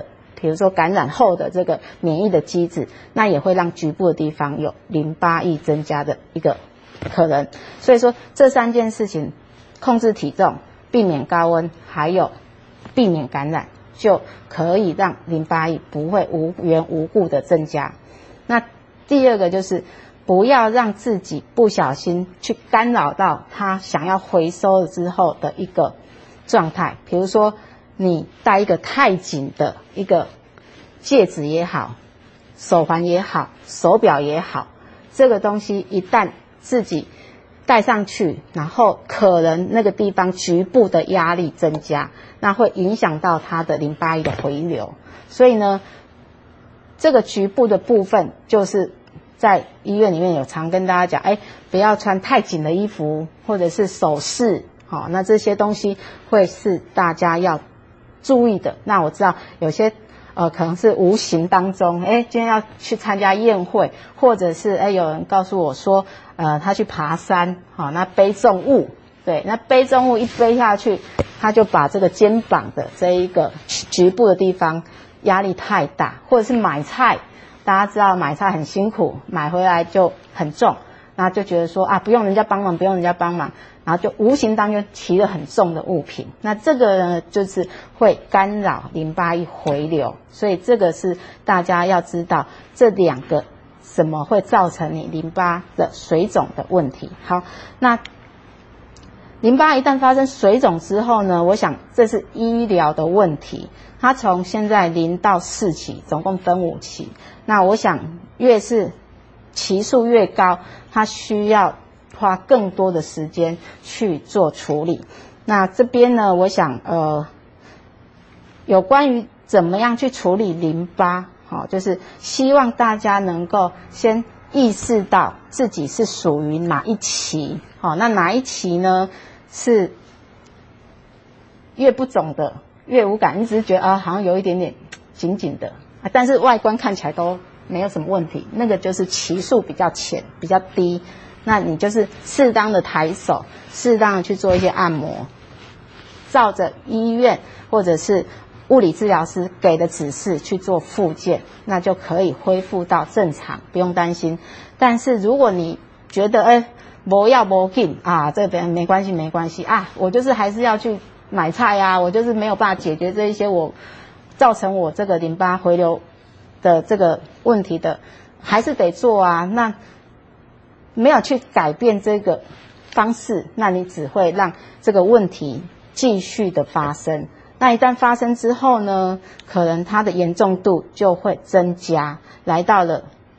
比如说感染后的这个免疫的机制，那也会让局部的地方有淋巴液增加的一个可能。所以说这3件事情，控制体重、避免高温，还有避免感染，就可以让淋巴液不会无缘无故的增加。那第二个就是不要让自己不小心去干扰到它想要回收了之后的一个状态。比如说你戴一个太紧的一个戒指也好，手环也好，手表也好，这个东西一旦自己戴上去，然后可能那个地方局部的压力增加，那会影响到它的淋巴液的回流。所以呢，这个局部的部分就是在医院里面有常跟大家讲，不要穿太紧的衣服或者是首饰，那这些东西会是大家要注意的。那我知道有些可能是无形当中，今天要去参加宴会，或者是有人告诉我说，他去爬山，那背重物，对，那背重物一背下去，他就把这个肩膀的这一个局部的地方压力太大，或者是买菜，大家知道买菜很辛苦，买回来就很重，然后就觉得说不用人家帮忙，不用人家帮忙，然后就无形当中提了很重的物品，那这个呢就是会干扰淋巴液回流。所以这个是大家要知道这2个怎么会造成你淋巴的水肿的问题。好，那淋巴一旦发生水肿之后呢，我想这是医疗的问题，它从现在0到4期总共分5期，那我想越是期数越高，它需要花更多的时间去做处理。那这边呢，我想有关于怎么样去处理淋巴，就是希望大家能够先意识到自己是属于哪一期，那哪一期呢是越不肿的越无感，你只是觉得好像有一点点紧紧的，但是外观看起来都没有什么问题，那个就是期数比较浅比较低，那你就是适当的抬手，适当的去做一些按摩，照着医院或者是物理治疗师给的指示去做复健，那就可以恢复到正常，不用担心。但是如果你觉得不要不紧这边没关系我就是还是要去买菜我就是没有办法解决这一些我造成我这个淋巴回流的这个问题的，还是得做那没有去改变这个方式，那你只会让这个问题继续的发生。那一旦发生之后呢，可能它的严重度就会增加，来到了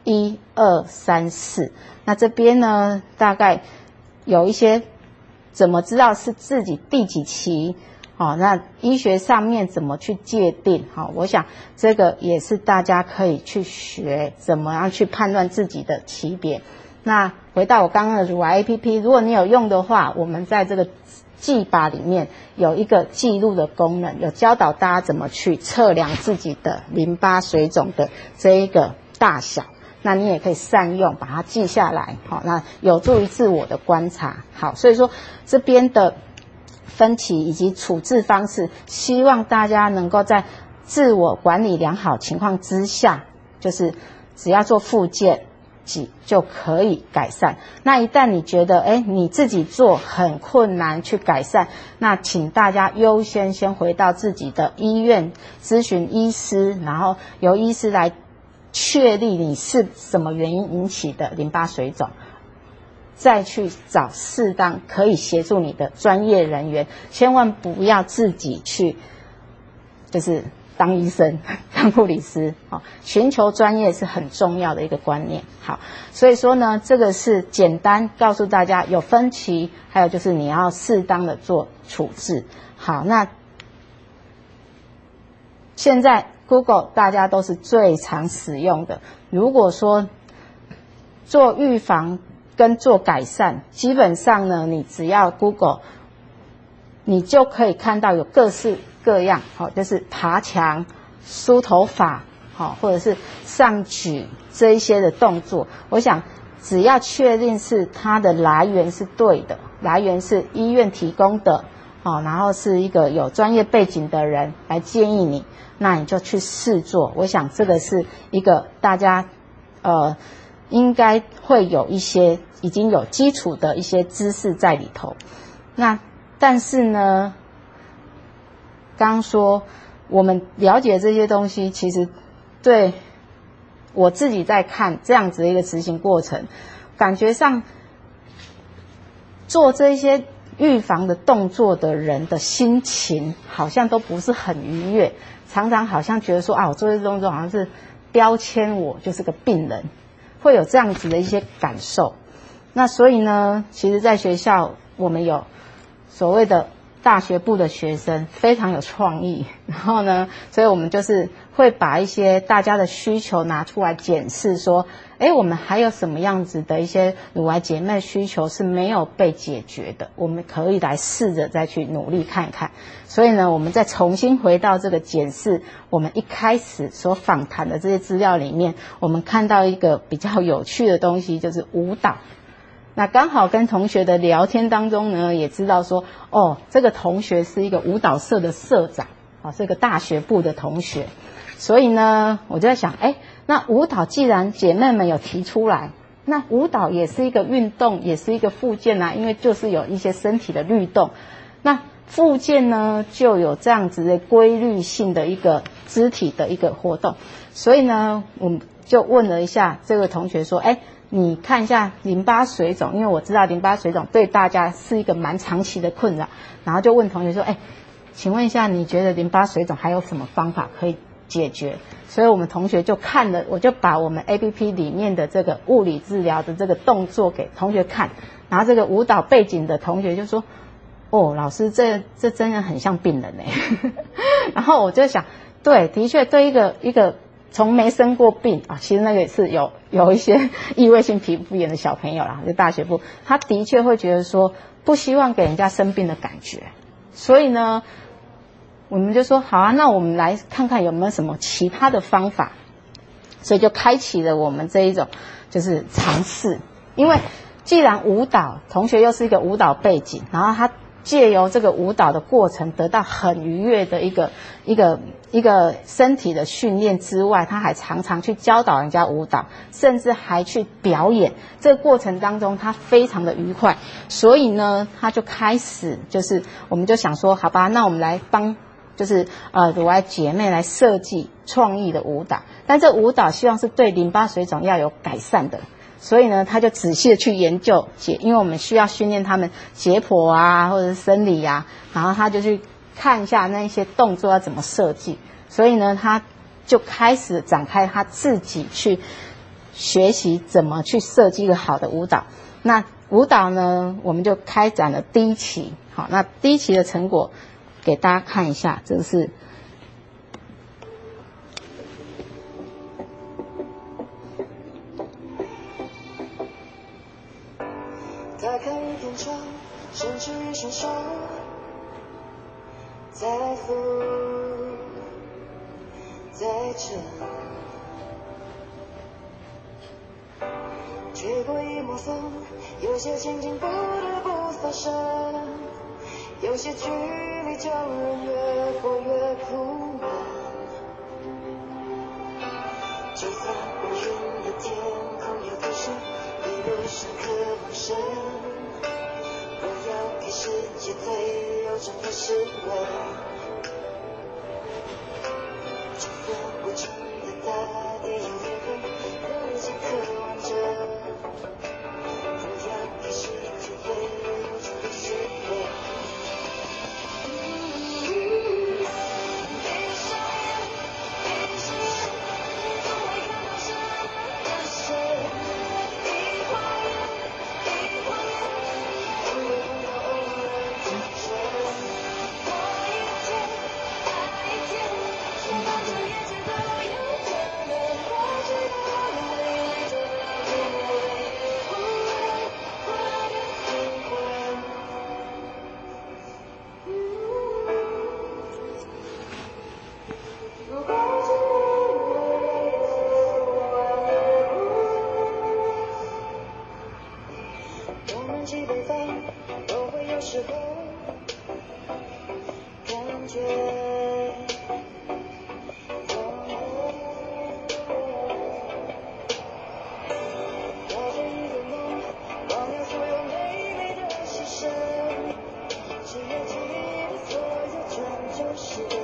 1、2、3、4。那这边呢，大概有一些怎么知道是自己第几期？那医学上面怎么去界定？我想这个也是大家可以去学，怎么样去判断自己的级别。那回到我刚刚的乳癌 APP， 如果你有用的话，我们在这个记把里面有一个记录的功能，有教导大家怎么去测量自己的淋巴水肿的这一个大小，那你也可以善用把它记下来，那有助于自我的观察。好，所以说这边的分期以及处置方式，希望大家能够在自我管理良好情况之下，就是只要做复健就可以改善。那一旦你觉得你自己做很困难去改善，那请大家优先先回到自己的医院咨询医师，然后由医师来确立你是什么原因引起的淋巴水肿，再去找适当可以协助你的专业人员，千万不要自己去就是当医生当护理师，寻求专业是很重要的一个观念。好，所以说呢，这个是简单告诉大家有分期，还有就是你要适当的做处置。好，那现在 Google 大家都是最常使用的，如果说做预防跟做改善，基本上呢，你只要 Google 你就可以看到有各式各样，就是爬墙、梳头发，或者是上举这一些的动作。我想只要确定是它的来源是对的，来源是医院提供的， 然后是一个有专业背景的人来建议你，那你就去试做。我想这个是一个大家应该会有一些已经有基础的一些知识在里头。那但是呢，刚刚说我们了解这些东西，其实对我自己在看这样子的一个执行过程，感觉上做这些预防的动作的人的心情好像都不是很愉悦，常常好像觉得说我做这些动作好像是标签我就是个病人，会有这样子的一些感受。那所以呢，其实在学校我们有所谓的大学部的学生非常有创意，然后呢，所以我们就是会把一些大家的需求拿出来检视，说我们还有什么样子的一些乳癌姐妹需求是没有被解决的，我们可以来试着再去努力看看。所以呢，我们再重新回到这个检视我们一开始所访谈的这些资料里面，我们看到一个比较有趣的东西，就是舞蹈。那刚好跟同学的聊天当中呢，也知道说这个同学是一个舞蹈社的社长，是一个大学部的同学。所以呢，我就在想那舞蹈既然姐妹们有提出来，那舞蹈也是一个运动，也是一个复健啊，因为就是有一些身体的律动。那复健呢，就有这样子的规律性的一个肢体的一个活动。所以呢，我们就问了一下这个同学说你看一下淋巴水肿，因为我知道淋巴水肿对大家是一个蛮长期的困扰，然后就问同学说请问一下，你觉得淋巴水肿还有什么方法可以解决？所以我们同学就看了，我就把我们 APP 里面的这个物理治疗的这个动作给同学看，然后这个舞蹈背景的同学就说老师这真的很像病人然后我就想，对，的确对一个从没生过病其实那个也是有一些异位性皮肤炎的小朋友啦，就大学部，他的确会觉得说不希望给人家生病的感觉。所以呢，我们就说好啊，那我们来看看有没有什么其他的方法。所以就开启了我们这一种就是尝试。因为既然舞蹈，同学又是一个舞蹈背景，然后他借由这个舞蹈的过程得到很愉悦的一个身体的训练之外，他还常常去教导人家舞蹈，甚至还去表演。这个过程当中他非常的愉快，所以呢他就开始就是我们就想说好吧，那我们来帮就是乳癌姐妹来设计创意的舞蹈，但这舞蹈希望是对淋巴水肿要有改善的。所以呢，他就仔细的去研究因为我们需要训练他们解剖啊，或者是生理啊，然后他就去看一下那一些动作要怎么设计。所以呢，他就开始展开他自己去学习怎么去设计一个好的舞蹈。那舞蹈呢，我们就开展了第一期。好，那第一期的成果给大家看一下，这个是打开一片窗，伸出一双手，在浮，在沉，吹过一抹风，有些情景不得不发生，有些距离叫人越过越苦闷。就算乌云的天空有多深，一路上渴望神，我要给世界最悠长的诗文。就算无尽的大地有裂痕，仍旧渴望着，我要给世界最悠长的诗文。 觉。抱着一个梦，忘掉所有美丽的牺牲，只要记得所有终究是个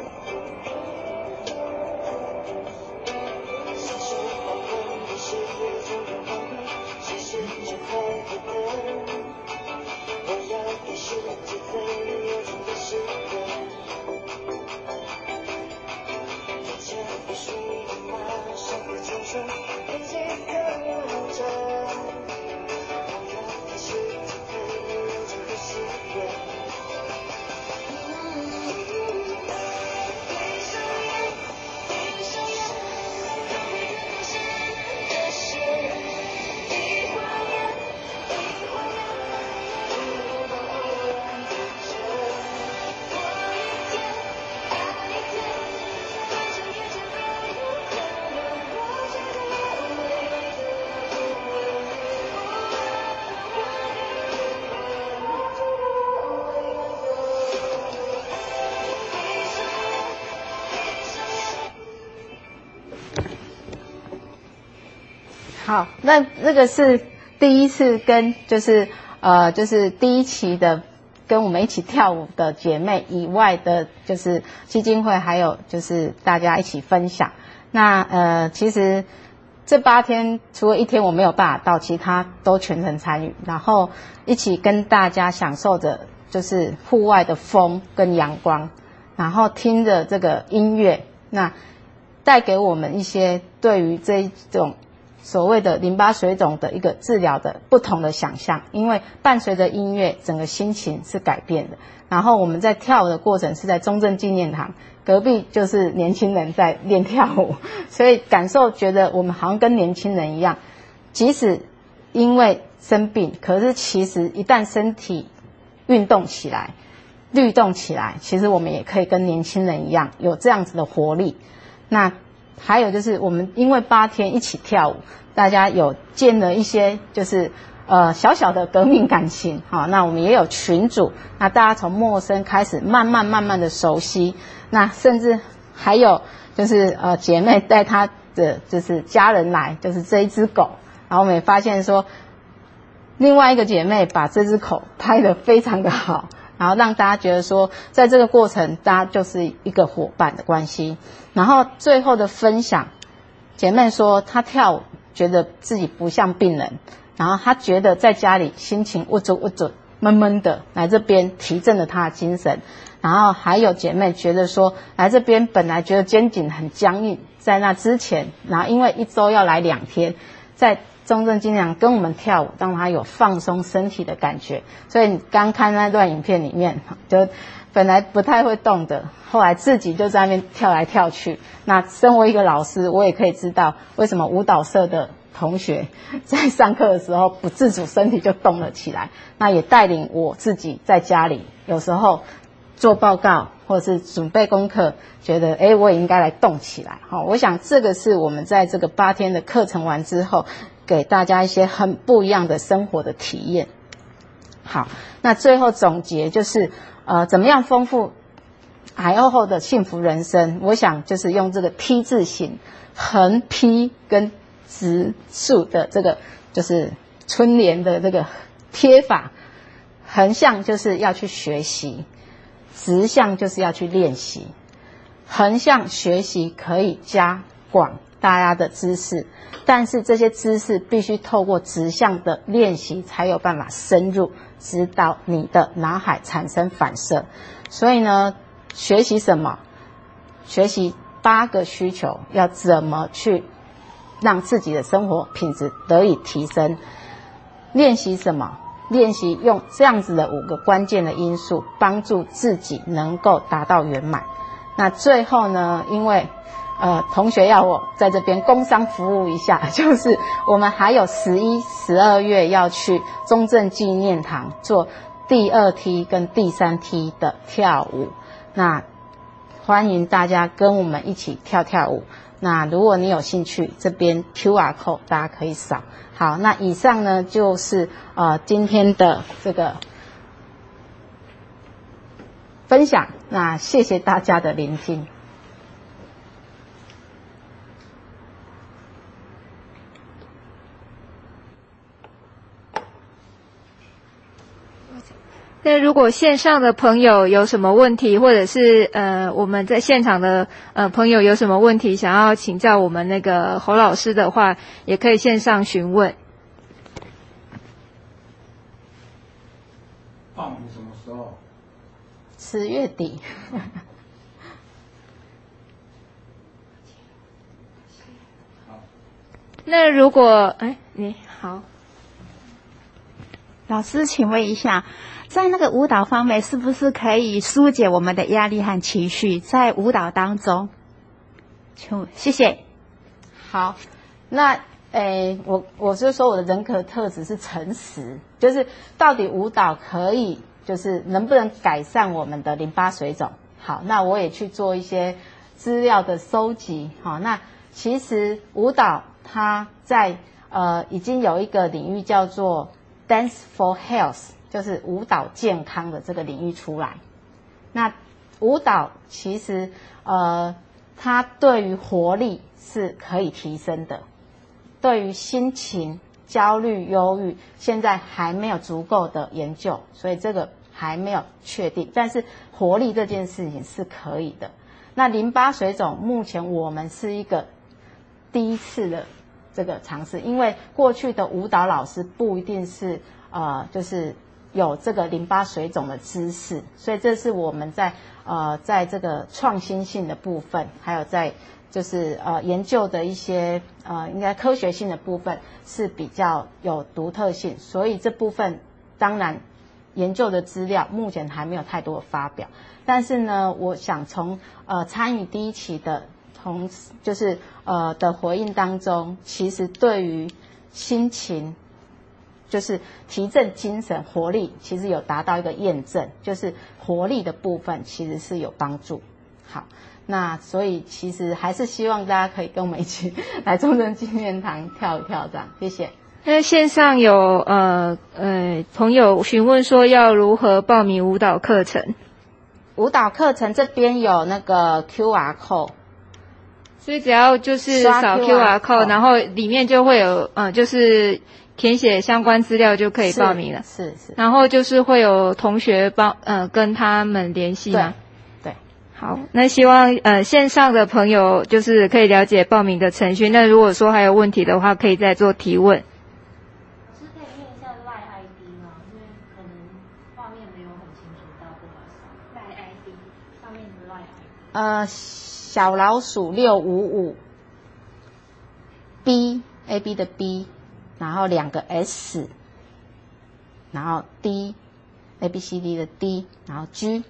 是黄昏，不是终点黄昏，是世界还不等。我要给世界最有情的时刻，一切必须马上的结束，一起更完整。我要给世界最有情的时刻。闭上眼，闭上眼，让每个人现的是一晃眼，一晃眼。 好，那这个是第一次跟就是第一期的跟我们一起跳舞的姐妹以外的，就是基金会还有就是大家一起分享。那其实这8天除了1天我没有办法到，其他都全程参与，然后一起跟大家享受着就是户外的风跟阳光，然后听着这个音乐，那带给我们一些对于这种所谓的淋巴水肿的一个治疗的不同的想象，因为伴随着音乐，整个心情是改变的。然后我们在跳舞的过程是在中正纪念堂，隔壁就是年轻人在练跳舞，所以感受觉得我们好像跟年轻人一样，即使因为生病，可是其实一旦身体运动起来、律动起来，其实我们也可以跟年轻人一样有这样子的活力。那还有就是我们因为8天一起跳舞，大家有建了一些就是小小的革命感情，好，那我们也有群组，那大家从陌生开始慢慢的熟悉，那甚至还有就是姐妹带她的就是家人来，就是这一只狗，然后我们也发现说另外一个姐妹把这只狗拍得非常的好，然后让大家觉得说在这个过程大家就是一个伙伴的关系。然后最后的分享，姐妹说她跳舞觉得自己不像病人，然后她觉得在家里心情无助闷闷的，来这边提振了她的精神。然后还有姐妹觉得说来这边本来觉得肩颈很僵硬，在那之前，然后因为1周要来2天，在中正纪念堂跟我们跳舞，让她有放松身体的感觉。所以你刚看那段影片里面，就本来不太会动的，后来自己就在那边跳来跳去。那身为一个老师，我也可以知道为什么舞蹈社的同学在上课的时候不自主身体就动了起来。那也带领我自己在家里有时候做报告或者是准备功课，觉得我也应该来动起来。我想这个是我们在这个8天的课程完之后，给大家一些很不一样的生活的体验。好，那最后总结就是怎么样丰富癌后的幸福人生。我想就是用这个 T 字形横批跟直竖的这个就是春联的这个贴法，横向就是要去学习，直向就是要去练习。横向学习可以加广大家的知识，但是这些知识必须透过直向的练习才有办法深入，指导你的脑海产生反射。所以呢，学习什么？学习8个需求，要怎么去让自己的生活品质得以提升。练习什么？练习用这样子的5个关键的因素，帮助自己能够达到圆满。那最后呢，因为同学要我在这边工商服务一下，就是我们还有11、12月要去中正纪念堂做第2梯跟第3梯的跳舞，那欢迎大家跟我们一起跳舞。那如果你有兴趣，这边 QR code 大家可以扫。好，那以上呢就是今天的这个分享。 那谢谢大家的聆听。 那如果线上的朋友有什么问题，或者是我们在现场的朋友有什么问题想要请教我们那个侯老师的话，也可以线上询问。 报名什么时候 ？10月底。 那如果你好， 老师，请问一下，在那个舞蹈方面，是不是可以疏解我们的压力和情绪？在舞蹈当中，谢谢。 好，那我是说我的人格特质是诚实，就是到底舞蹈可以，就是能不能改善我们的淋巴水肿？好，那我也去做一些资料的收集。好，那其实舞蹈它在已经有一个领域叫做 Dance for Health， 就是舞蹈健康的这个领域出来。那舞蹈其实它对于活力是可以提升的，对于心情、焦虑、忧郁，现在还没有足够的研究，所以这个还没有确定。但是活力这件事情是可以的。那淋巴水肿目前我们是一个第一次的这个尝试，因为过去的舞蹈老师不一定是就是有这个淋巴水肿的知识，所以这是我们在这个创新性的部分，还有在就是研究的一些应该科学性的部分是比较有独特性，所以这部分当然研究的资料目前还没有太多的发表，但是呢，我想从参与第一期的就是的回应当中，其实对于心情就是提振精神活力，其实有达到一个验证，就是活力的部分其实是有帮助。好，那所以其实还是希望大家可以跟我们一起来中正纪念堂跳一跳，这样，谢谢。 那线上有朋友询问说要如何报名舞蹈课程？ 舞蹈课程这边有那个 QR code， 所以只要就是扫 QR code， 然后里面就会有就是填写相关资料就可以报名了。 是。 然后就是会有同学跟他们联系吗？ 对。 好，那希望线上的朋友就是可以了解报名的程序。那如果说还有问题的话，可以再做提问。 老师可以念一下 LINE ID 吗？因为可能画面没有很清楚，大家不好意思。LINE ID 上面的 LINE ID。 小老鼠655 B A B 的 B， 然后2个 S， 然后 D A B C D 的 D， 然后 G。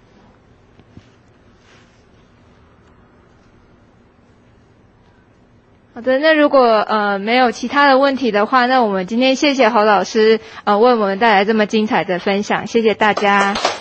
好的，那如果没有其他的问题的话，那我们今天谢谢侯老师为我们带来这么精彩的分享，谢谢大家。